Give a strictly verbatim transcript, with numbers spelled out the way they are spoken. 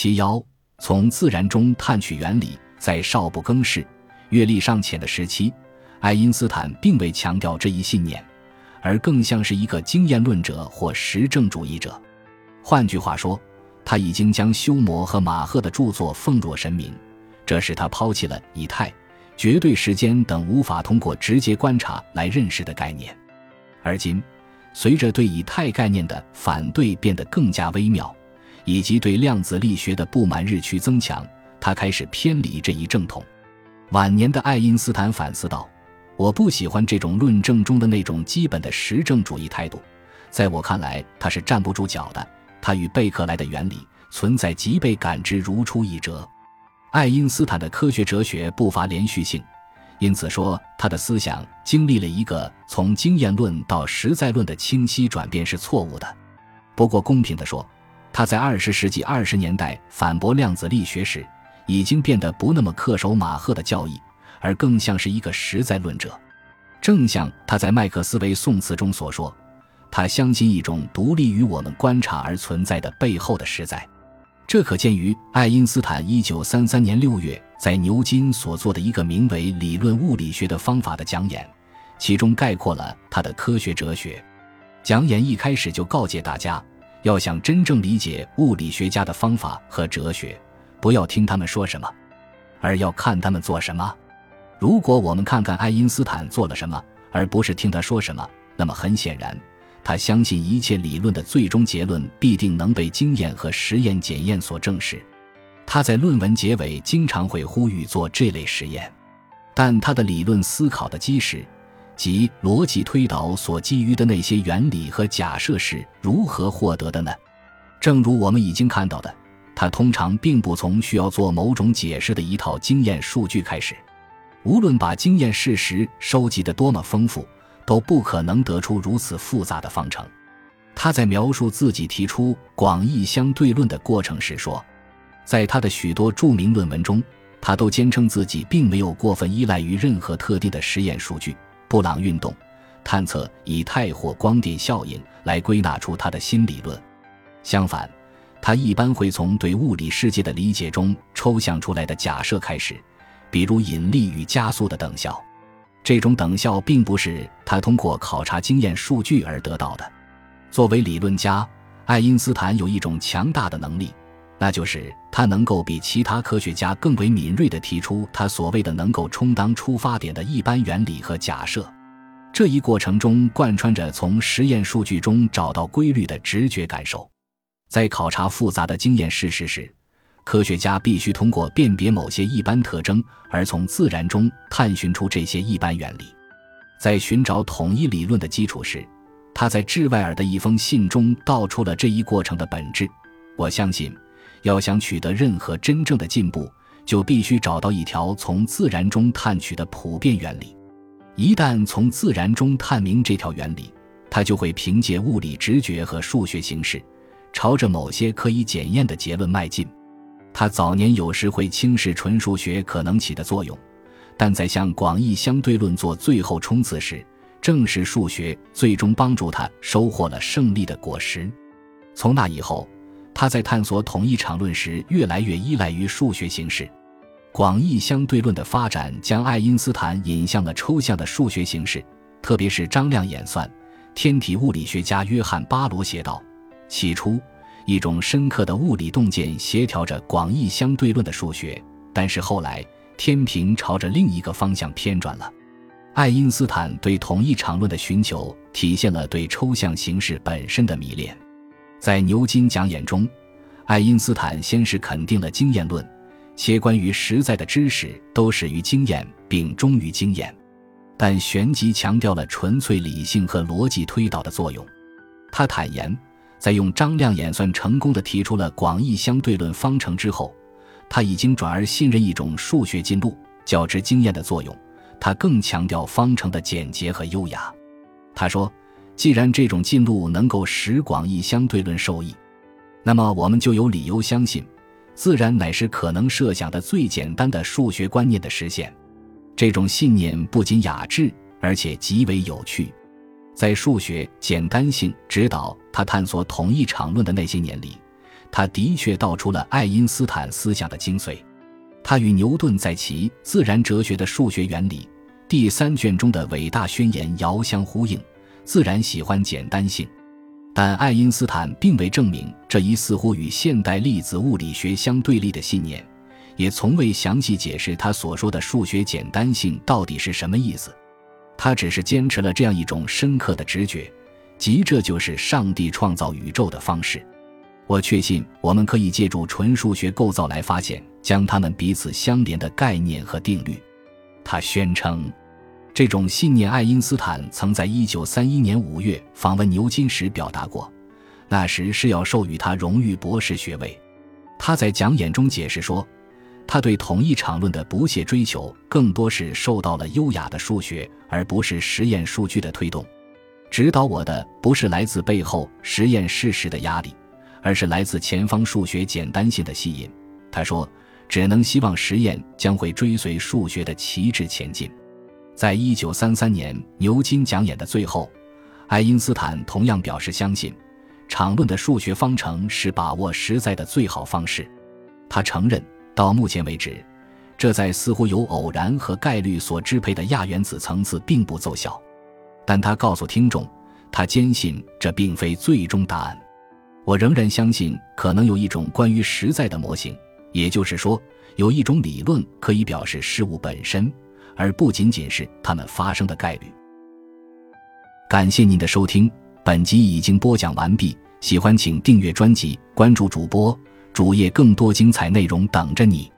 其幺，从自然中探取原理。在少不更事、阅历尚浅的时期，爱因斯坦并未强调这一信念，而更像是一个经验论者或实证主义者。换句话说，他已经将休谟和马赫的著作奉若神明，这使他抛弃了以太、绝对时间等无法通过直接观察来认识的概念。而今，随着对以太概念的反对变得更加微妙，以及对量子力学的不满日趋增强，他开始偏离这一正统。晚年的爱因斯坦反思道，我不喜欢这种论证中的那种基本的实证主义态度，在我看来他是站不住脚的，他与贝克莱的原理存在即被感知如出一辙。爱因斯坦的科学哲学不乏连续性，因此说他的思想经历了一个从经验论到实在论的清晰转变是错误的。不过公平地说，他在二十世纪二十年代反驳量子力学时已经变得不那么恪守马赫的教义，而更像是一个实在论者。正像他在麦克斯韦宋词中所说，他相信一种独立于我们观察而存在的背后的实在。这可见于爱因斯坦一九三三年六月在牛津所做的一个名为《理论物理学的方法》的讲演，其中概括了他的科学哲学。讲演一开始就告诫大家，要想真正理解物理学家的方法和哲学，不要听他们说什么，而要看他们做什么。如果我们看看爱因斯坦做了什么，而不是听他说什么，那么很显然，他相信一切理论的最终结论必定能被经验和实验检验所证实。他在论文结尾经常会呼吁做这类实验，但他的理论思考的基石，即逻辑推导所基于的那些原理和假设是如何获得的呢？正如我们已经看到的，他通常并不从需要做某种解释的一套经验数据开始，无论把经验事实收集得多么丰富，都不可能得出如此复杂的方程。他在描述自己提出广义相对论的过程时说，在他的许多著名论文中，他都坚称自己并没有过分依赖于任何特定的实验数据、布朗运动、探测以太或光电效应来归纳出他的新理论。相反，他一般会从对物理世界的理解中抽象出来的假设开始，比如引力与加速的等效。这种等效并不是他通过考察经验数据而得到的。作为理论家，爱因斯坦有一种强大的能力，那就是他能够比其他科学家更为敏锐地提出他所谓的能够充当出发点的一般原理和假设。这一过程中贯穿着从实验数据中找到规律的直觉感受。在考察复杂的经验事实时，科学家必须通过辨别某些一般特征，而从自然中探寻出这些一般原理。在寻找统一理论的基础时，他在致外尔的一封信中道出了这一过程的本质。我相信，要想取得任何真正的进步，就必须找到一条从自然中探取的普遍原理。一旦从自然中探明这条原理，他就会凭借物理直觉和数学形式，朝着某些可以检验的结论迈进。他早年有时会轻视纯数学可能起的作用，但在向广义相对论做最后冲刺时，正是数学最终帮助他收获了胜利的果实。从那以后，他在探索统一场论时越来越依赖于数学形式。广义相对论的发展将爱因斯坦引向了抽象的数学形式，特别是张量演算。天体物理学家约翰·巴罗写道，起初一种深刻的物理洞见协调着广义相对论的数学，但是后来天平朝着另一个方向偏转了。爱因斯坦对统一场论的寻求体现了对抽象形式本身的迷恋。在牛津讲演中，爱因斯坦先是肯定了经验论，且关于实在的知识都始于经验并终于经验，但旋即强调了纯粹理性和逻辑推导的作用。他坦言，在用张量演算成功地提出了广义相对论方程之后，他已经转而信任一种数学进路，较之经验的作用，他更强调方程的简洁和优雅。他说，既然这种进路能够使广义相对论受益，那么我们就有理由相信，自然乃是可能设想的最简单的数学观念的实现。这种信念不仅雅致，而且极为有趣。在数学简单性指导他探索统一场论的那些年里， 他的确道出了爱因斯坦思想的精髓。他与牛顿在其《自然哲学的数学原理》第三卷中的伟大宣言遥相呼应，自然喜欢简单性。但爱因斯坦并未证明这一似乎与现代粒子物理学相对立的信念，也从未详细解释他所说的数学简单性到底是什么意思。他只是坚持了这样一种深刻的直觉，即这就是上帝创造宇宙的方式。我确信我们可以借助纯数学构造来发现将它们彼此相连的概念和定律。他宣称这种信念，爱因斯坦曾在一九三一年五月访问牛津时表达过，那时是要授予他荣誉博士学位。他在讲演中解释说，他对统一场论的不懈追求更多是受到了优雅的数学而不是实验数据的推动。指导我的不是来自背后实验事实的压力，而是来自前方数学简单性的吸引。他说，只能希望实验将会追随数学的旗帜前进。在一九三三年牛津讲演的最后，爱因斯坦同样表示相信场论的数学方程是把握实在的最好方式。他承认到目前为止，这在似乎由偶然和概率所支配的亚原子层次并不奏效，但他告诉听众，他坚信这并非最终答案。我仍然相信可能有一种关于实在的模型，也就是说，有一种理论可以表示事物本身，而不仅仅是它们发生的概率。感谢您的收听，本集已经播讲完毕，喜欢请订阅专辑，关注主播，主页更多精彩内容等着你。